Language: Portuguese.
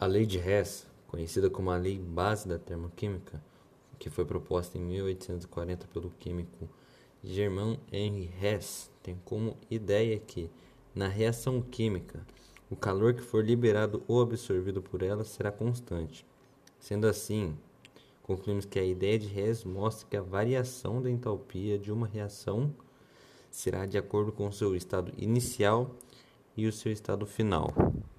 A lei de Hess, conhecida como a lei base da termoquímica, que foi proposta em 1840 pelo químico Germain Henri Hess, tem como ideia que, na reação química, o calor que for liberado ou absorvido por ela será constante. Sendo assim, concluímos que a ideia de Hess mostra que a variação da entalpia de uma reação será de acordo com o seu estado inicial e o seu estado final.